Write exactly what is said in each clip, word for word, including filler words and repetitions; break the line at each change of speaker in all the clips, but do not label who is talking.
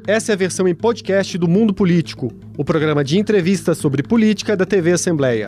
Essa é a versão em podcast do Mundo Político, o programa de entrevistas sobre política da T V Assembleia.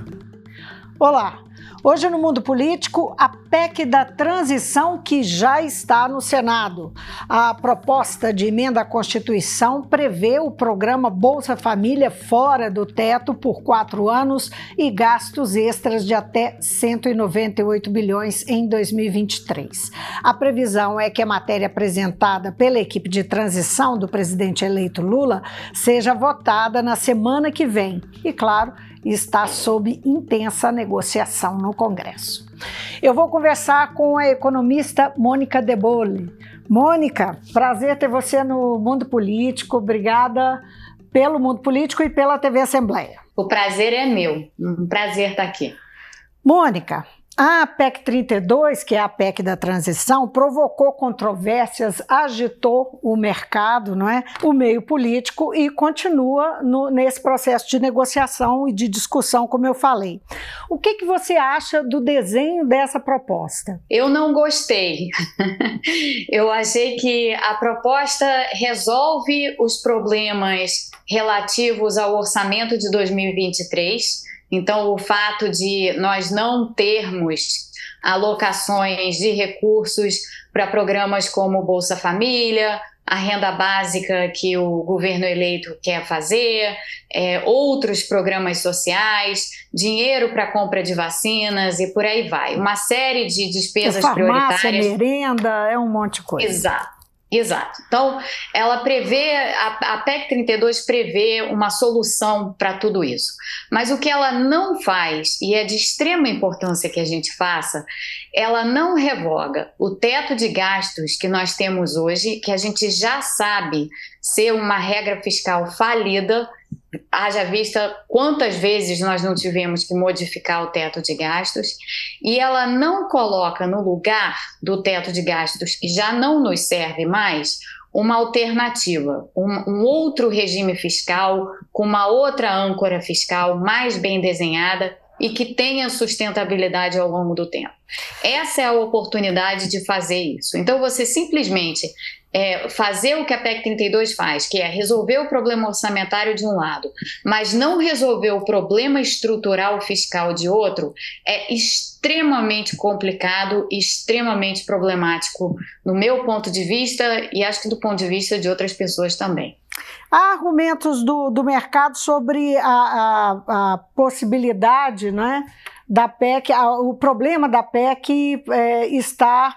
Olá! Hoje no Mundo Político, a P E C da transição que já está no Senado. A proposta de emenda à Constituição prevê o programa Bolsa Família fora do teto por quatro anos e gastos extras de até cento e noventa e oito bilhões em dois mil e vinte e três. A previsão é que a matéria apresentada pela equipe de transição do presidente eleito Lula seja votada na semana que vem. E, claro, está sob intensa negociação no Congresso. Eu vou conversar com a economista Mônica De Bolle. Mônica, prazer ter você no Mundo Político. Obrigada pelo Mundo Político e pela T V Assembleia.
O prazer é meu. Um prazer estar aqui.
Mônica, a P E C trinta e dois, que é a P E C da transição, provocou controvérsias, agitou o mercado, não é? O meio político e continua no, nesse processo de negociação e de discussão, como eu falei. O que, que você acha do desenho dessa proposta?
Eu não gostei. Eu achei que a proposta resolve os problemas relativos ao orçamento de dois mil e vinte e três. Então, o fato de nós não termos alocações de recursos para programas como Bolsa Família, a renda básica que o governo eleito quer fazer, é, outros programas sociais, dinheiro para compra de vacinas e por aí vai. Uma série de despesas
farmácia,
prioritárias.
Merenda, é um monte de coisa.
Exato. Exato. Então, ela prevê, a, a P E C trinta e dois prevê uma solução para tudo isso. Mas o que ela não faz, e é de extrema importância que a gente faça, ela não revoga o teto de gastos que nós temos hoje, que a gente já sabe ser uma regra fiscal falida, haja vista quantas vezes nós não tivemos que modificar o teto de gastos, e ela não coloca no lugar do teto de gastos, que já não nos serve mais, uma alternativa, um, um outro regime fiscal, com uma outra âncora fiscal mais bem desenhada e que tenha sustentabilidade ao longo do tempo. Essa é a oportunidade de fazer isso. Então, você simplesmente É, fazer o que a P E C trinta e dois faz, que é resolver o problema orçamentário de um lado, mas não resolver o problema estrutural fiscal de outro, é extremamente complicado e extremamente problemático no meu ponto de vista e acho que do ponto de vista de outras pessoas também.
Há argumentos do, do mercado sobre a, a, a possibilidade, né, da P E C, a, o problema da P E C é, está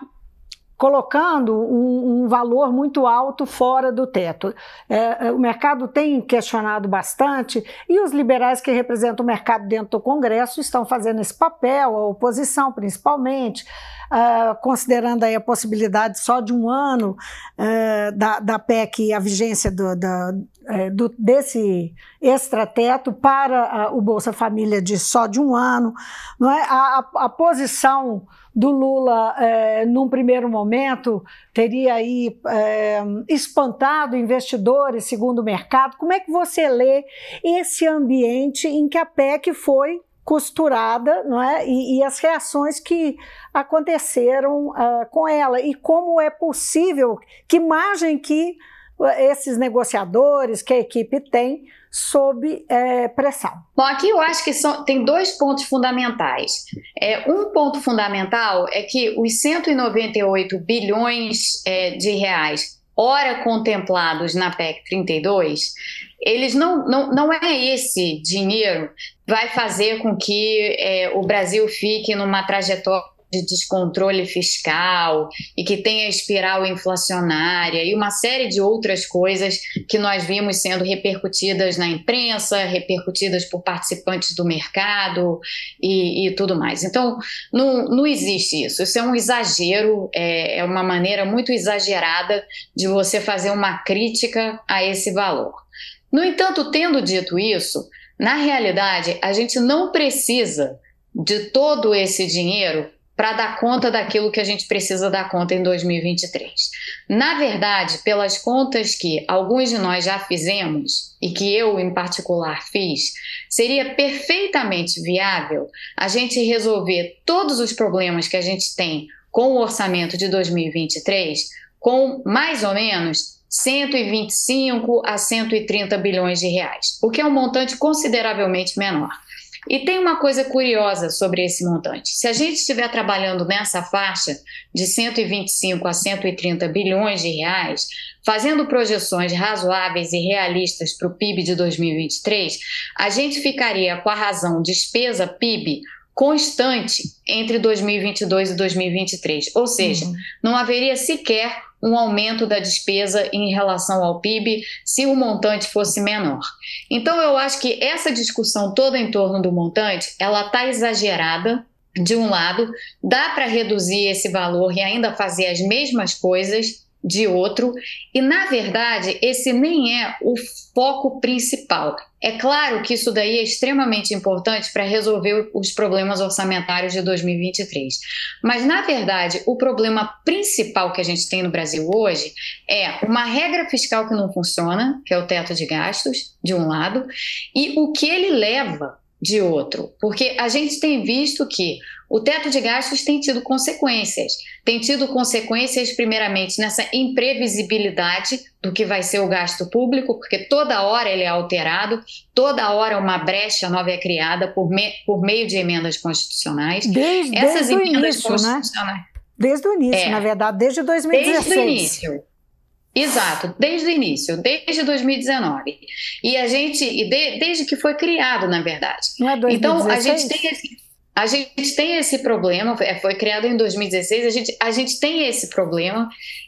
colocando um, um valor muito alto fora do teto. É, o mercado tem questionado bastante e os liberais que representam o mercado dentro do Congresso estão fazendo esse papel, a oposição principalmente, uh, considerando aí a possibilidade só de um ano uh, da, da P E C, a vigência do, da, do, desse extrateto para uh, o Bolsa Família de só de um ano. Não é? a, a, a posição do Lula, é, num primeiro momento, teria aí é, espantado investidores, segundo o mercado. Como é que você lê esse ambiente em que a P E C foi costurada, não é? e, e as reações que aconteceram uh, com ela? E como é possível, que margem que esses negociadores, que a equipe tem, sob é, pressão?
Bom, aqui eu acho que são, tem dois pontos fundamentais. É, um ponto fundamental é que os cento e noventa e oito bilhões é, de reais, ora contemplados na P E C trinta e dois, eles não, não, não é esse dinheiro que vai fazer com que é, o Brasil fique numa trajetória de descontrole fiscal e que tenha espiral inflacionária e uma série de outras coisas que nós vimos sendo repercutidas na imprensa, repercutidas por participantes do mercado e, e tudo mais. Então, não, não existe isso. Isso é um exagero, é, é uma maneira muito exagerada de você fazer uma crítica a esse valor. No entanto, tendo dito isso, na realidade, a gente não precisa de todo esse dinheiro para dar conta daquilo que a gente precisa dar conta em dois mil e vinte e três. Na verdade, pelas contas que alguns de nós já fizemos, e que eu em particular fiz, seria perfeitamente viável a gente resolver todos os problemas que a gente tem com o orçamento de dois mil e vinte e três com mais ou menos cento e vinte e cinco a cento e trinta bilhões de reais, o que é um montante consideravelmente menor. E tem uma coisa curiosa sobre esse montante. Se a gente estiver trabalhando nessa faixa de cento e vinte e cinco a cento e trinta bilhões de reais, fazendo projeções razoáveis e realistas para o P I B de dois mil e vinte e três, a gente ficaria com a razão despesa-P I B constante entre dois mil e vinte e dois e dois mil e vinte e três. Ou seja, uhum. não haveria sequer um aumento da despesa em relação ao P I B se o montante fosse menor. Então, eu acho que essa discussão toda em torno do montante, ela está exagerada. De um lado, dá para reduzir esse valor e ainda fazer as mesmas coisas de outro, e na verdade esse nem é o foco principal. É claro que isso daí é extremamente importante para resolver os problemas orçamentários de dois mil e vinte e três, mas na verdade o problema principal que a gente tem no Brasil hoje é uma regra fiscal que não funciona, que é o teto de gastos, de um lado, e o que ele leva de outro, porque a gente tem visto que o teto de gastos tem tido consequências, tem tido consequências primeiramente nessa imprevisibilidade do que vai ser o gasto público, porque toda hora ele é alterado, toda hora uma brecha nova é criada por, me, por meio de emendas constitucionais.
Desde,
Essas
desde
emendas
o início,
constitucionais,
né? Desde o início,
é,
na verdade, desde dois mil e dezesseis.
Desde o início. Exato, desde o início, desde dois mil e dezenove. E a gente, e de, desde que foi criado, na verdade.
Não é dois mil e dezesseis?
Então, a gente tem esse, a gente tem esse problema, foi criado em dois mil e dezesseis, a gente, a gente tem esse problema,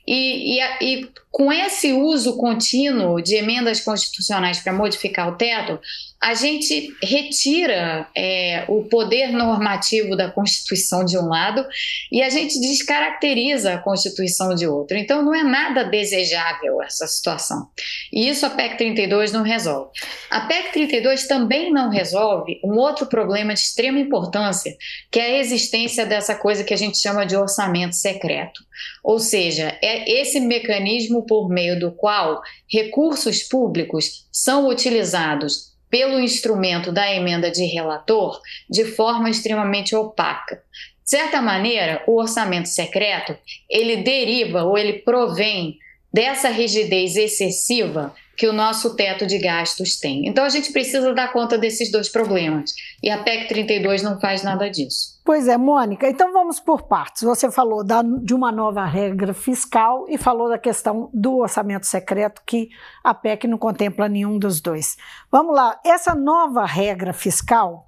e, e, e com esse uso contínuo de emendas constitucionais para modificar o teto, a gente retira é, o poder normativo da Constituição de um lado e a gente descaracteriza a Constituição de outro. Então, não é nada desejável essa situação. E isso a P E C trinta e dois não resolve. A P E C trinta e dois também não resolve um outro problema de extrema importância, que é a existência dessa coisa que a gente chama de orçamento secreto. Ou seja, é esse mecanismo por meio do qual recursos públicos são utilizados pelo instrumento da emenda de relator de forma extremamente opaca. De certa maneira, o orçamento secreto, ele deriva ou ele provém dessa rigidez excessiva que o nosso teto de gastos tem. Então, a gente precisa dar conta desses dois problemas. E a P E C trinta e dois não faz nada disso.
Pois é, Mônica. Então, vamos por partes. Você falou da, de uma nova regra fiscal e falou da questão do orçamento secreto, que a P E C não contempla nenhum dos dois. Vamos lá. Essa nova regra fiscal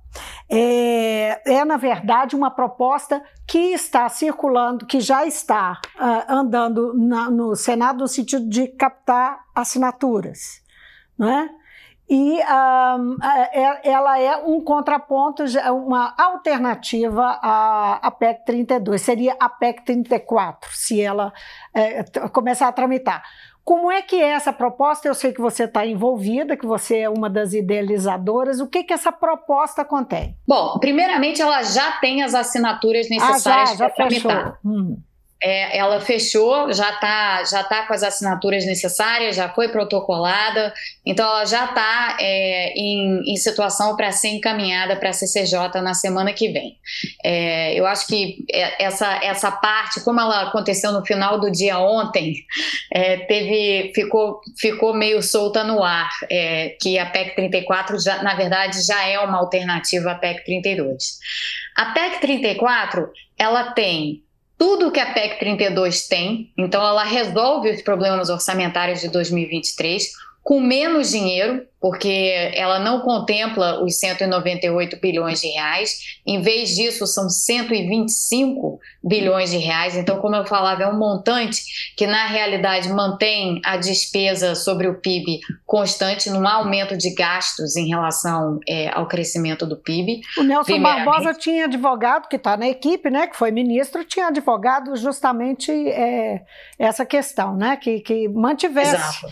é, é na verdade, uma proposta que está circulando, que já está uh, andando na, no Senado no sentido de captar assinaturas, não é? E um, ela é um contraponto, uma alternativa à, à P E C trinta e dois, seria a P E C trinta e quatro, se ela é, começar a tramitar. Como é que é essa proposta? Eu sei que você está envolvida, que você é uma das idealizadoras. O que que essa proposta contém?
Bom, primeiramente ela já tem as assinaturas necessárias
ah, já,
para
já
tramitar.
Hum.
É, ela fechou, já está já tá com as assinaturas necessárias, já foi protocolada, então ela já está é, em, em situação para ser encaminhada para a C C J na semana que vem. É, eu acho que essa, essa parte, como ela aconteceu no final do dia ontem, é, teve, ficou, ficou meio solta no ar, é, que a P E C trinta e quatro, já, na verdade, já é uma alternativa à P E C trinta e dois. A P E C trinta e quatro, ela tem tudo que a P E C trinta e dois tem, então ela resolve os problemas orçamentários de dois mil e vinte e três com menos dinheiro, porque ela não contempla os cento e noventa e oito bilhões de reais, em vez disso são cento e vinte e cinco bilhões de reais, então, como eu falava, é um montante que na realidade mantém a despesa sobre o P I B constante, não há aumento de gastos em relação é, ao crescimento do P I B.
O Nelson Barbosa tinha advogado, que está na equipe, né, que foi ministro, tinha advogado justamente é, essa questão, né, que, que mantivesse...
Exato.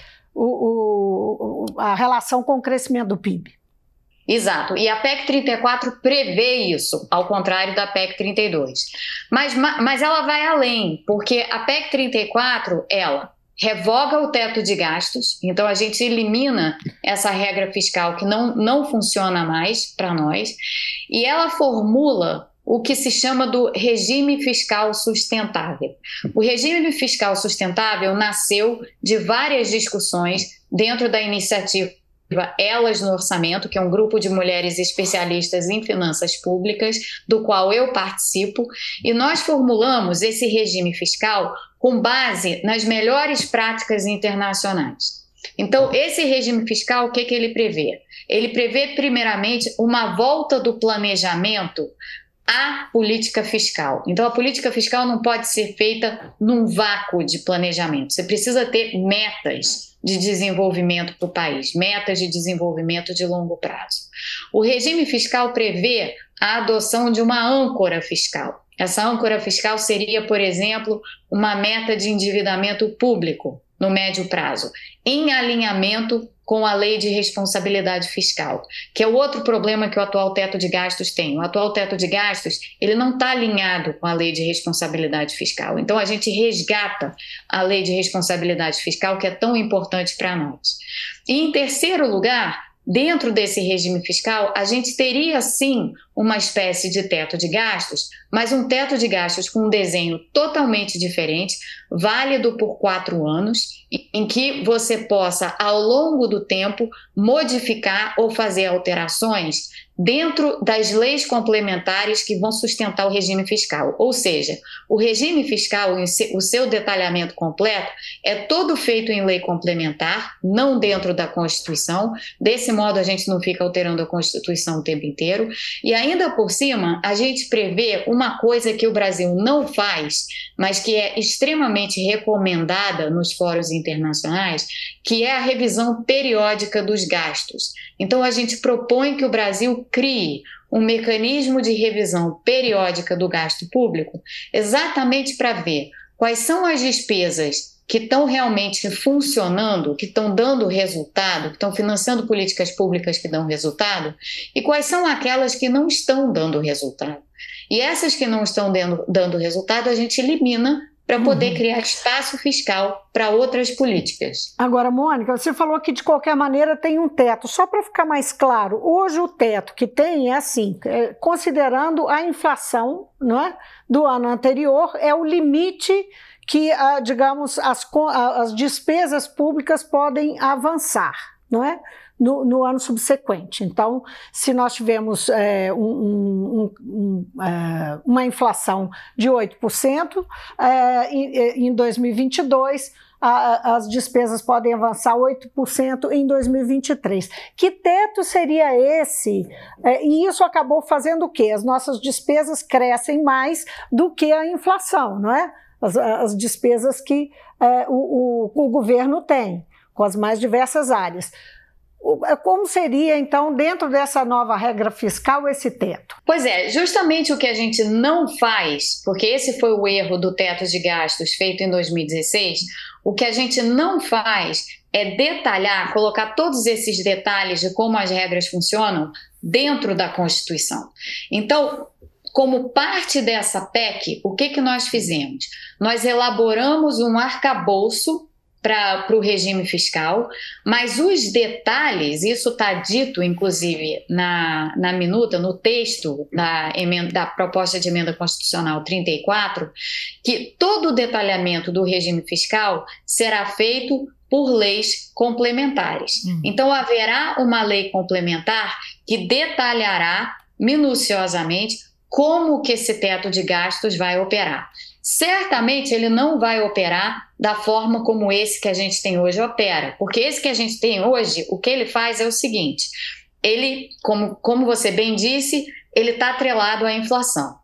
O, o, a relação com o crescimento do P I B.
Exato, e a P E C trinta e quatro prevê isso, ao contrário da P E C trinta e dois. Mas, mas ela vai além, porque a P E C trinta e quatro, ela revoga o teto de gastos, então a gente elimina essa regra fiscal que não, não funciona mais para nós, e ela formula o que se chama do regime fiscal sustentável. O regime fiscal sustentável nasceu de várias discussões dentro da iniciativa Elas no Orçamento, que é um grupo de mulheres especialistas em finanças públicas, do qual eu participo, e nós formulamos esse regime fiscal com base nas melhores práticas internacionais. Então, esse regime fiscal, o que, que ele prevê? Ele prevê, primeiramente, uma volta do planejamento à política fiscal. Então, a política fiscal não pode ser feita num vácuo de planejamento. Você precisa ter metas de desenvolvimento para o país, metas de desenvolvimento de longo prazo. O regime fiscal prevê a adoção de uma âncora fiscal. Essa âncora fiscal seria, por exemplo, uma meta de endividamento público no médio prazo, em alinhamento com a lei de responsabilidade fiscal, que é o outro problema que o atual teto de gastos tem. O atual teto de gastos, ele não está alinhado com a lei de responsabilidade fiscal. Então, a gente resgata a lei de responsabilidade fiscal, que é tão importante para nós. E, em terceiro lugar, dentro desse regime fiscal, a gente teria, sim, uma espécie de teto de gastos, mas um teto de gastos com um desenho totalmente diferente, válido por quatro anos, em que você possa, ao longo do tempo, modificar ou fazer alterações dentro das leis complementares que vão sustentar o regime fiscal. Ou seja, o regime fiscal, o seu detalhamento completo, é todo feito em lei complementar, não dentro da Constituição. Desse modo, a gente não fica alterando a Constituição o tempo inteiro. E ainda por cima, a gente prevê uma coisa que o Brasil não faz, mas que é extremamente recomendada nos fóruns internacionais, que é a revisão periódica dos gastos. Então, a gente propõe que o Brasil crie um mecanismo de revisão periódica do gasto público, exatamente para ver quais são as despesas que estão realmente funcionando, que estão dando resultado, que estão financiando políticas públicas que dão resultado, e quais são aquelas que não estão dando resultado. E essas que não estão dando, dando resultado, a gente elimina para poder uhum. criar espaço fiscal para outras políticas.
Agora, Mônica, você falou que de qualquer maneira tem um teto. Só para ficar mais claro, hoje o teto que tem é assim, é, considerando a inflação, não é, do ano anterior, é o limite que, ah, digamos, as, as despesas públicas podem avançar, não é? No, no ano subsequente. Então, se nós tivermos é, um, um, um, é, uma inflação de oito por cento, é, em, em dois mil e vinte e dois, a, as despesas podem avançar oito por cento em dois mil e vinte e três. Que teto seria esse? É, e isso acabou fazendo o quê? As nossas despesas crescem mais do que a inflação, não é? As, as despesas que é, o, o, o governo tem, com as mais diversas áreas. Como seria, então, dentro dessa nova regra fiscal, esse teto?
Pois é, justamente o que a gente não faz, porque esse foi o erro do teto de gastos feito em dois mil e dezesseis, o que a gente não faz é detalhar, colocar todos esses detalhes de como as regras funcionam dentro da Constituição. Então, como parte dessa P E C, o que, que nós fizemos? Nós elaboramos um arcabouço para o regime fiscal, mas os detalhes, isso está dito, inclusive, na, na minuta, no texto da, emenda, da proposta de emenda constitucional trinta e quatro, que todo o detalhamento do regime fiscal será feito por leis complementares. Hum. Então, haverá uma lei complementar que detalhará minuciosamente como que esse teto de gastos vai operar. Certamente ele não vai operar da forma como esse que a gente tem hoje opera, porque esse que a gente tem hoje, o que ele faz é o seguinte, ele, como, como você bem disse, ele está atrelado à inflação.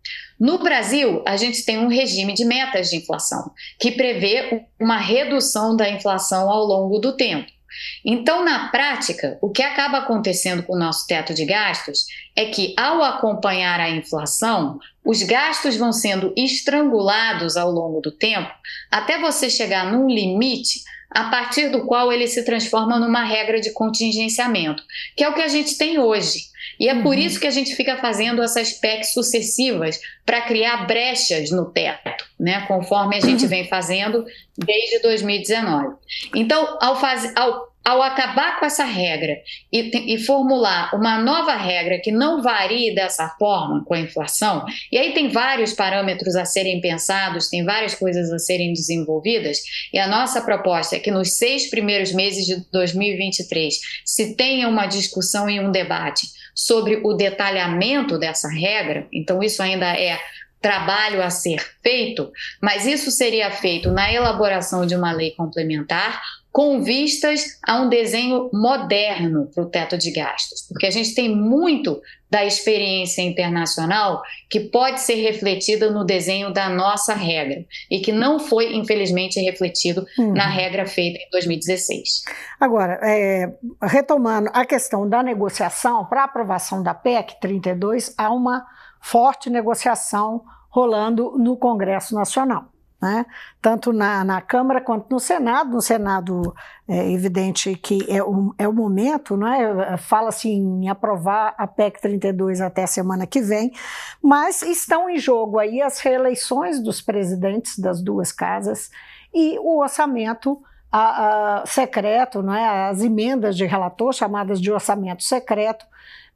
No Brasil, a gente tem um regime de metas de inflação, que prevê uma redução da inflação ao longo do tempo. Então, na prática, o que acaba acontecendo com o nosso teto de gastos é que, ao acompanhar a inflação, os gastos vão sendo estrangulados ao longo do tempo, até você chegar num limite a partir do qual ele se transforma numa regra de contingenciamento, que é o que a gente tem hoje. E é uhum. por isso que a gente fica fazendo essas P E Cs sucessivas para criar brechas no teto, né, conforme a gente vem fazendo desde dois mil e dezenove. Então, ao, faz, ao ao acabar com essa regra e, e formular uma nova regra que não varie dessa forma com a inflação, e aí tem vários parâmetros a serem pensados, tem várias coisas a serem desenvolvidas, e a nossa proposta é que nos seis primeiros meses de dois mil e vinte e três se tenha uma discussão e um debate sobre o detalhamento dessa regra. Então isso ainda é trabalho a ser feito, mas isso seria feito na elaboração de uma lei complementar com vistas a um desenho moderno para o teto de gastos, porque a gente tem muito da experiência internacional que pode ser refletida no desenho da nossa regra e que não foi, infelizmente, refletido uhum. na regra feita em dois mil e dezesseis.
Agora, é, retomando a questão da negociação, para a aprovação da P E C trinta e dois, há uma forte negociação rolando no Congresso Nacional. Né? Tanto na, na Câmara quanto no Senado. No Senado é evidente que é o, é o momento, né? Fala-se em aprovar a P E C trinta e dois até a semana que vem, mas estão em jogo aí as reeleições dos presidentes das duas casas e o orçamento a, a, secreto, né? As emendas de relator, chamadas de orçamento secreto,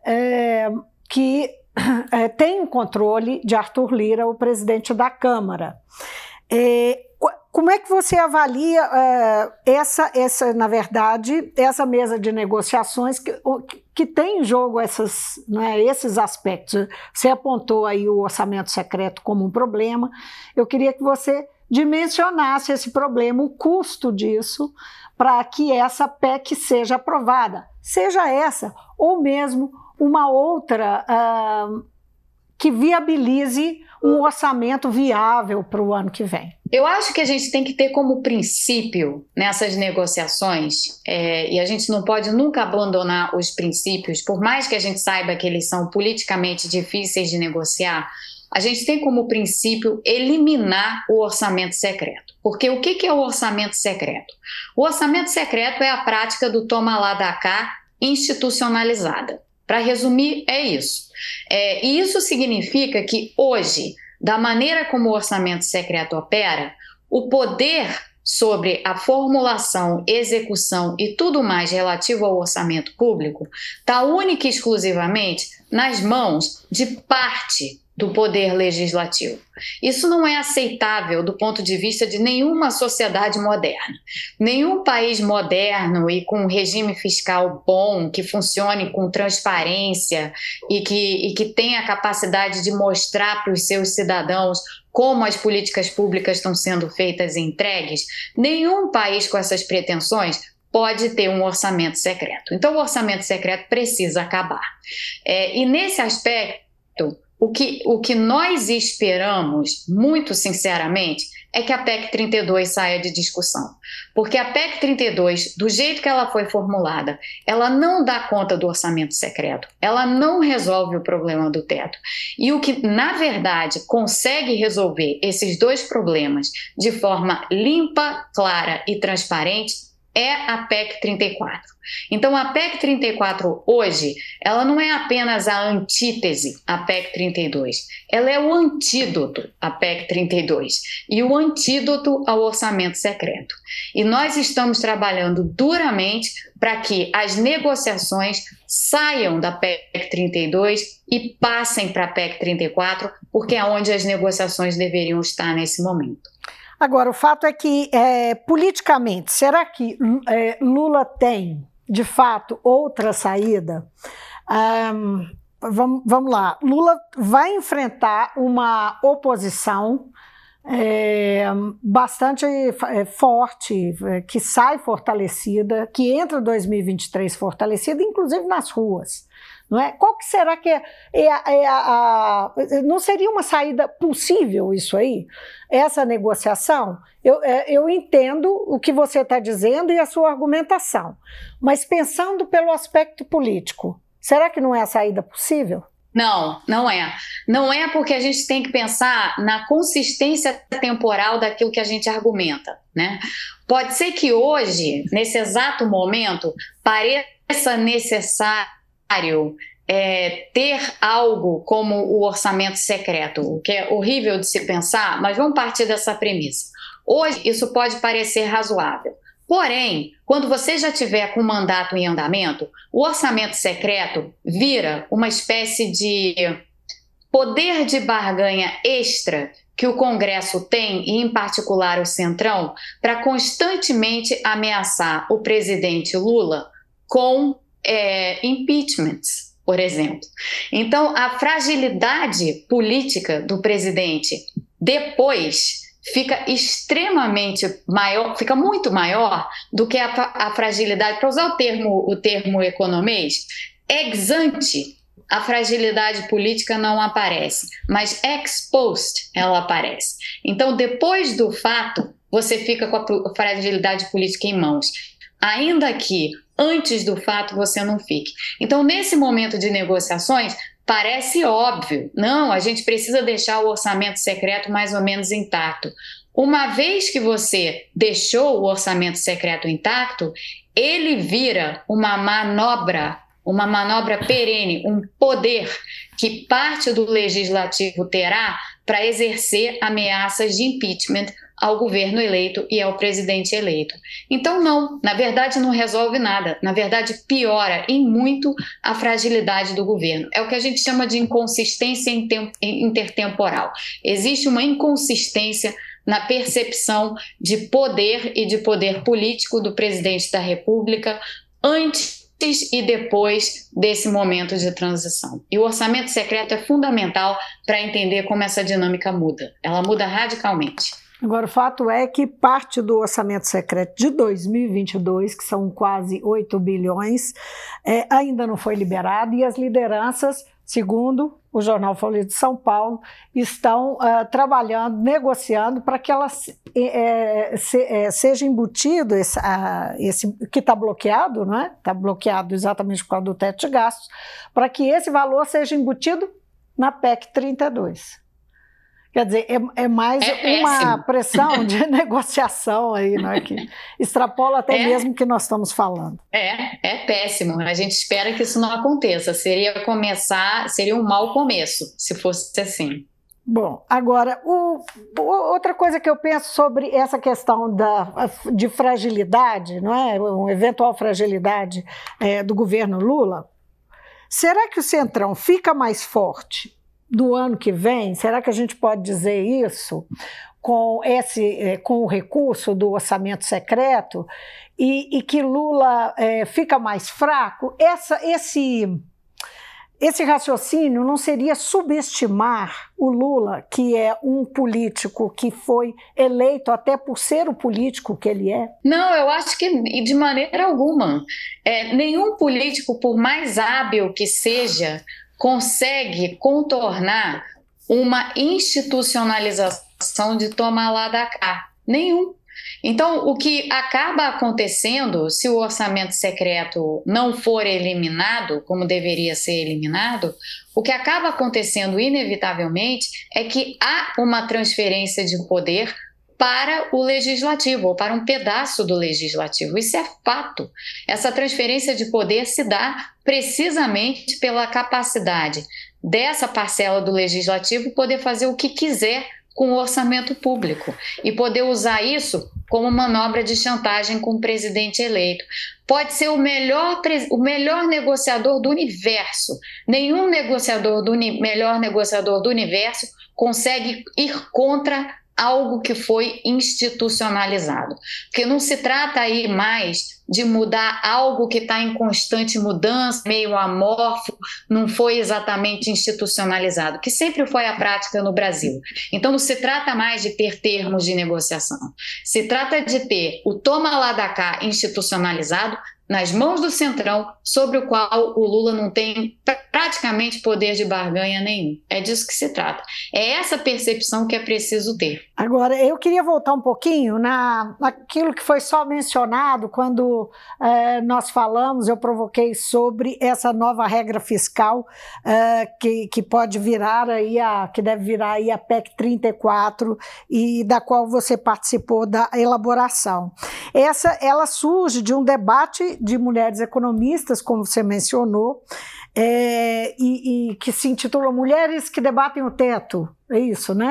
é, que é, tem o controle de Arthur Lira, o presidente da Câmara. É, como é que você avalia é, essa, essa, na verdade, essa mesa de negociações que, que tem em jogo essas, né, esses aspectos? Você apontou aí o orçamento secreto como um problema. Eu queria que você dimensionasse esse problema, o custo disso, para que essa P E C seja aprovada, seja essa ou mesmo uma outra uh, que viabilize um orçamento viável para o ano que vem.
Eu acho que a gente tem que ter como princípio nessas negociações, é, e a gente não pode nunca abandonar os princípios, por mais que a gente saiba que eles são politicamente difíceis de negociar, a gente tem como princípio eliminar o orçamento secreto. Porque o que é o orçamento secreto? O orçamento secreto é a prática do toma lá da cá institucionalizada. Para resumir, é isso. É, e isso significa que hoje, da maneira como o orçamento secreto opera, o poder sobre a formulação, execução e tudo mais relativo ao orçamento público está única e exclusivamente nas mãos de parte do poder legislativo. Isso não é aceitável do ponto de vista de nenhuma sociedade moderna. Nenhum país moderno e com um regime fiscal bom, que funcione com transparência e que, e que tenha a capacidade de mostrar para os seus cidadãos como as políticas públicas estão sendo feitas e entregues, nenhum país com essas pretensões pode ter um orçamento secreto. Então, o orçamento secreto precisa acabar. É, e nesse aspecto, O que, o que nós esperamos, muito sinceramente, é que a P E C trinta e dois saia de discussão. Porque a P E C trinta e dois, do jeito que ela foi formulada, ela não dá conta do orçamento secreto, ela não resolve o problema do teto. E o que, na verdade, consegue resolver esses dois problemas de forma limpa, clara e transparente é a P E C trinta e quatro. Então, a P E C trinta e quatro hoje, ela não é apenas a antítese à P E C trinta e dois, ela é o antídoto à P E C trinta e dois e o antídoto ao orçamento secreto. E nós estamos trabalhando duramente para que as negociações saiam da P E C trinta e dois e passem para a P E C trinta e quatro, porque é onde as negociações deveriam estar nesse momento.
Agora, o fato é que, é, politicamente, será que é, Lula tem, de fato, outra saída? Um, vamos, vamos lá, Lula vai enfrentar uma oposição é, bastante é, forte, é, que sai fortalecida, que entra em dois mil e vinte e três fortalecida, inclusive nas ruas. Não é? Qual que será que é, é, a, é a, a... Não seria uma saída possível isso aí? Essa negociação? Eu, eu entendo o que você está dizendo e a sua argumentação, mas pensando pelo aspecto político, será que não é a saída possível?
Não, não é. Não é porque a gente tem que pensar na consistência temporal daquilo que a gente argumenta, né? Pode ser que hoje, nesse exato momento, pareça necessário É, ter algo como o orçamento secreto, o que é horrível de se pensar, mas vamos partir dessa premissa. Hoje isso pode parecer razoável. Porém, quando você já tiver com o mandato em andamento, o orçamento secreto vira uma espécie de poder de barganha extra que o Congresso tem, e em particular o Centrão, para constantemente ameaçar o presidente Lula com é, impeachments, por exemplo. Então, a fragilidade política do presidente depois fica extremamente maior, fica muito maior do que a, a fragilidade, para usar o termo, o termo economês, ex ante, a fragilidade política não aparece, mas ex post ela aparece. Então, depois do fato, você fica com a fragilidade política em mãos, ainda que antes do fato você não fique. Então, nesse momento de negociações, parece óbvio, não, a gente precisa deixar o orçamento secreto mais ou menos intacto. Uma vez que você deixou o orçamento secreto intacto, ele vira uma manobra, uma manobra perene, um poder que parte do legislativo terá para exercer ameaças de impeachment ao governo eleito e ao presidente eleito. Então, não, na verdade não resolve nada, na verdade piora em muito a fragilidade do governo. É o que a gente chama de inconsistência intertemporal. Existe uma inconsistência na percepção de poder e de poder político do presidente da República antes e depois desse momento de transição. E o orçamento secreto é fundamental para entender como essa dinâmica muda. Ela muda radicalmente.
Agora, o fato é que parte do orçamento secreto de dois mil e vinte e dois, que são quase oito bilhões, é, ainda não foi liberado, e as lideranças, segundo o jornal Folha de São Paulo, estão uh, trabalhando, negociando para que ela é, se, é, seja embutido, esse, uh, esse que está bloqueado, não é? Está bloqueado exatamente por causa do teto de gastos, para que esse valor seja embutido na P E C trinta e dois. Quer dizer, é, é mais é uma pressão de negociação aí, não é? Que extrapola até é, mesmo o que nós estamos falando.
É, é péssimo. A gente espera que isso não aconteça. Seria começar, seria um mau começo, se fosse assim.
Bom, agora, o, outra coisa que eu penso sobre essa questão da, de fragilidade, não é? Uma eventual fragilidade é, do governo Lula, será que o Centrão fica mais forte do ano que vem? Será que a gente pode dizer isso com, esse, com o recurso do orçamento secreto e, e que Lula é, fica mais fraco? Essa, esse, esse raciocínio não seria subestimar o Lula, que é um político que foi eleito até por ser o político que ele é?
Não, eu acho que de maneira alguma. É, nenhum político, por mais hábil que seja, consegue contornar uma institucionalização de toma lá da cá. Nenhum. Então, o que acaba acontecendo, se o orçamento secreto não for eliminado, como deveria ser eliminado, o que acaba acontecendo inevitavelmente é que há uma transferência de poder para o legislativo, ou para um pedaço do legislativo. Isso é fato. Essa transferência de poder se dá precisamente pela capacidade dessa parcela do legislativo poder fazer o que quiser com o orçamento público e poder usar isso como manobra de chantagem com o presidente eleito. Pode ser o melhor, o melhor negociador do universo. Nenhum negociador do melhor negociador do universo consegue ir contra algo que foi institucionalizado. Porque não se trata aí mais de mudar algo que está em constante mudança, meio amorfo, não foi exatamente institucionalizado, que sempre foi a prática no Brasil. Então não se trata mais de ter termos de negociação, se trata de ter o toma lá da cá institucionalizado nas mãos do Centrão, sobre o qual o Lula não tem praticamente poder de barganha nenhum. É disso que se trata. É essa percepção que é preciso ter.
Agora, eu queria voltar um pouquinho na, naquilo que foi só mencionado quando eh, nós falamos, eu provoquei sobre essa nova regra fiscal eh, que, que pode virar aí, a, que deve virar aí a P E C trinta e quatro e da qual você participou da elaboração. Essa, ela surge de um debate de mulheres economistas, como você mencionou, é, e, e que se intitula Mulheres que Debatem o Teto, é isso, né?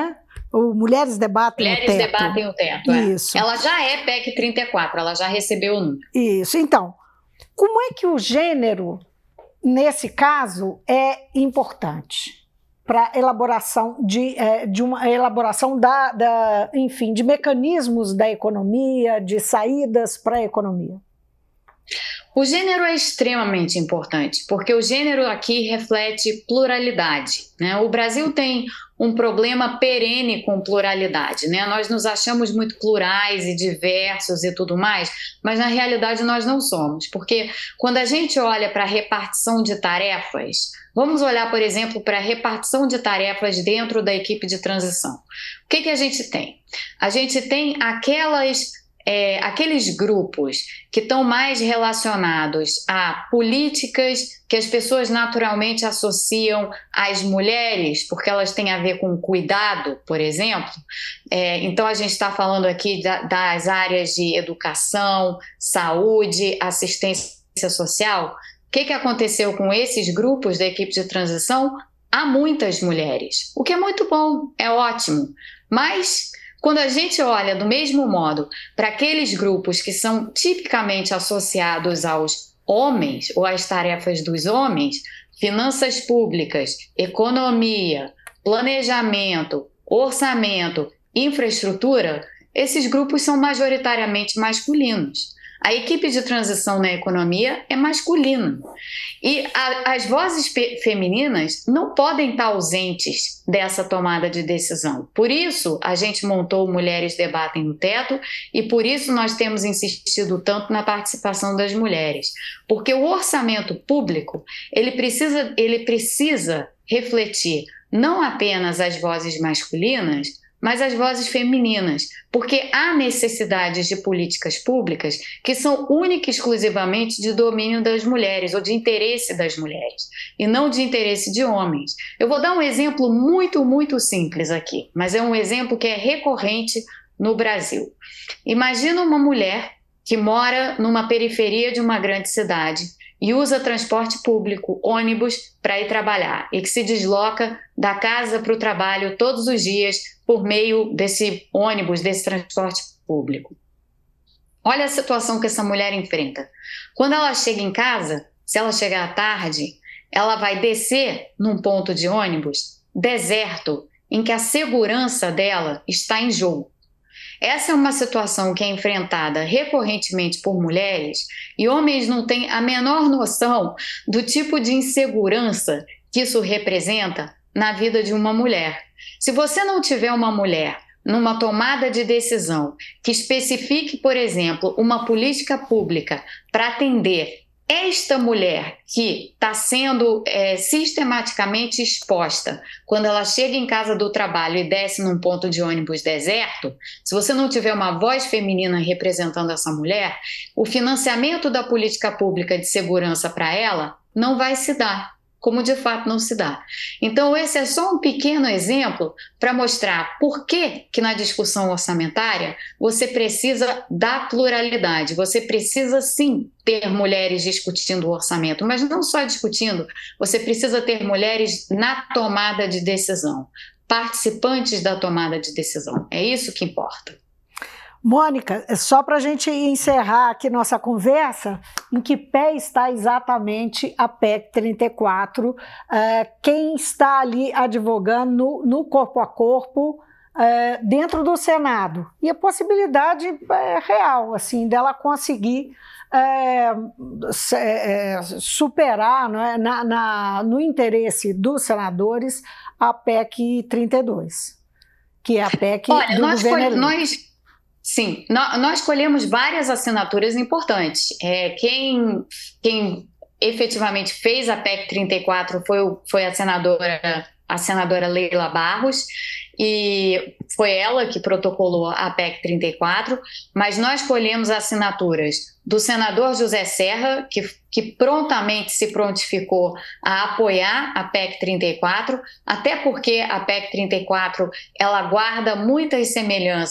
O Mulheres Debatem
Mulheres
o Teto.
Debatem o Teto, é.
Isso.
Ela já é P E C trinta e quatro, ela já recebeu o número.
Isso. Então, como é que o gênero, nesse caso, é importante para elaboração de, de uma elaboração da, da, enfim, de mecanismos da economia, de saídas para a economia?
O gênero é extremamente importante, porque o gênero aqui reflete pluralidade, né? O Brasil tem um problema perene com pluralidade, né? Nós nos achamos muito plurais e diversos e tudo mais, mas na realidade nós não somos, porque quando a gente olha para a repartição de tarefas, vamos olhar, por exemplo, para a repartição de tarefas dentro da equipe de transição. O que que a gente tem? A gente tem aquelas... É, aqueles grupos que estão mais relacionados a políticas que as pessoas naturalmente associam às mulheres, porque elas têm a ver com cuidado, por exemplo. É, então, a gente está falando aqui da, das áreas de educação, saúde, assistência social. O que, que aconteceu com esses grupos da equipe de transição? Há muitas mulheres, o que é muito bom, é ótimo, mas... Quando a gente olha do mesmo modo para aqueles grupos que são tipicamente associados aos homens ou às tarefas dos homens, finanças públicas, economia, planejamento, orçamento, infraestrutura, esses grupos são majoritariamente masculinos. A equipe de transição na economia é masculina. E a, as vozes femininas não podem estar ausentes dessa tomada de decisão. Por isso, a gente montou Mulheres Debatem o Teto e por isso nós temos insistido tanto na participação das mulheres. Porque o orçamento público, ele precisa, ele precisa refletir não apenas as vozes masculinas, mas as vozes femininas, porque há necessidades de políticas públicas que são única e exclusivamente de domínio das mulheres ou de interesse das mulheres, e não de interesse de homens. Eu vou dar um exemplo muito, muito simples aqui, mas é um exemplo que é recorrente no Brasil. Imagina uma mulher que mora numa periferia de uma grande cidade e usa transporte público, ônibus, para ir trabalhar e que se desloca da casa para o trabalho todos os dias por meio desse ônibus, desse transporte público. Olha a situação que essa mulher enfrenta. Quando ela chega em casa, se ela chegar à tarde, ela vai descer num ponto de ônibus deserto, em que a segurança dela está em jogo. Essa é uma situação que é enfrentada recorrentemente por mulheres e homens não têm a menor noção do tipo de insegurança que isso representa na vida de uma mulher. Se você não tiver uma mulher numa tomada de decisão que especifique, por exemplo, uma política pública para atender esta mulher que está sendo é, sistematicamente exposta quando ela chega em casa do trabalho e desce num ponto de ônibus deserto, se você não tiver uma voz feminina representando essa mulher, o financiamento da política pública de segurança para ela não vai se dar, como de fato não se dá. Então esse é só um pequeno exemplo para mostrar por que que na discussão orçamentária você precisa da pluralidade, você precisa sim ter mulheres discutindo o orçamento, mas não só discutindo, você precisa ter mulheres na tomada de decisão, participantes da tomada de decisão, é isso que importa.
Mônica, só para a gente encerrar aqui nossa conversa, em que pé está exatamente a P E C trinta e quatro? Uh, quem está ali advogando no, no corpo a corpo uh, dentro do Senado? E a possibilidade é real, assim, dela conseguir é, é, superar, não é, na, na, no interesse dos senadores a P E C trinta e dois, que é a P E C
Olha,
do
nós
governo
foi, nós Sim, nós escolhemos várias assinaturas importantes. É, quem, quem efetivamente fez a P E C trinta e quatro foi, foi a senadora, a senadora Leila Barros, e foi ela que protocolou a P E C trinta e quatro, mas nós escolhemos assinaturas do senador José Serra, que, que prontamente se prontificou a apoiar a P E C trinta e quatro, até porque a P E C trinta e quatro ela guarda muitas semelhanças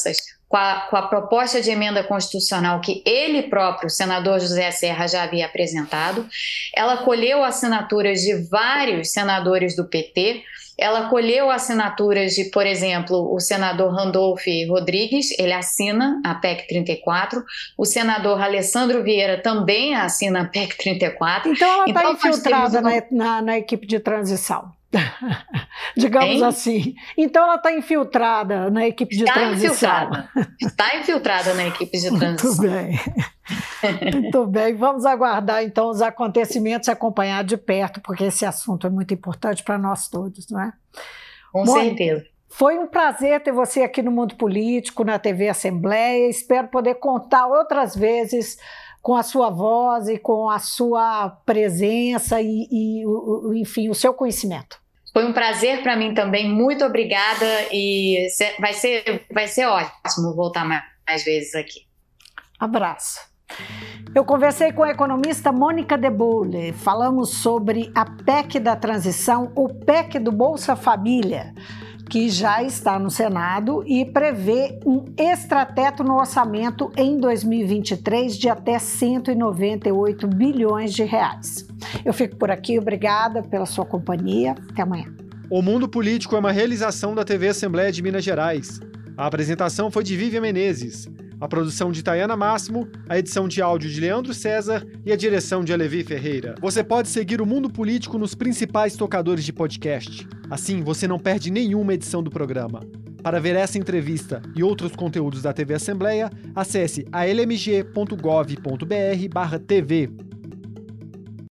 com a, com a proposta de emenda constitucional que ele próprio, o senador José Serra, já havia apresentado. Ela colheu assinaturas de vários senadores do P T, ela colheu assinaturas de, por exemplo, o senador Randolph Rodrigues, ele assina a P E C trinta e quatro, o senador Alessandro Vieira também assina a P E C trinta e quatro.
Então ela está
então,
infiltrada
uma...
na, na, na equipe de transição. Digamos
hein?
assim. Então ela está infiltrada na equipe de
está
transição.
Infiltrada. Está infiltrada na equipe de transição.
Muito bem. Muito bem. Vamos aguardar então os acontecimentos e acompanhar de perto, porque esse assunto é muito importante para nós todos, não é?
Com
Bom,
certeza.
Foi um prazer ter você aqui no Mundo Político, na T V Assembleia. Espero poder contar outras vezes com a sua voz e com a sua presença e, e o, enfim, o seu conhecimento.
Foi um prazer para mim também, muito obrigada, e vai ser, vai ser ótimo voltar mais, mais vezes aqui.
Abraço. Eu conversei com a economista Mônica De Bolle, falamos sobre a P E C da transição, o P E C do Bolsa Família, que já está no Senado e prevê um extrateto no orçamento em dois mil e vinte e três de até cento e noventa e oito bilhões de reais. Eu fico por aqui, obrigada pela sua companhia. Até amanhã.
O Mundo Político é uma realização da T V Assembleia de Minas Gerais. A apresentação foi de Vivian Menezes, a produção de Tayana Máximo, a edição de áudio de Leandro César e a direção de Alevi Ferreira. Você pode seguir o Mundo Político nos principais tocadores de podcast. Assim, você não perde nenhuma edição do programa. Para ver essa entrevista e outros conteúdos da T V Assembleia, acesse a l m g ponto gov ponto b r barra T V.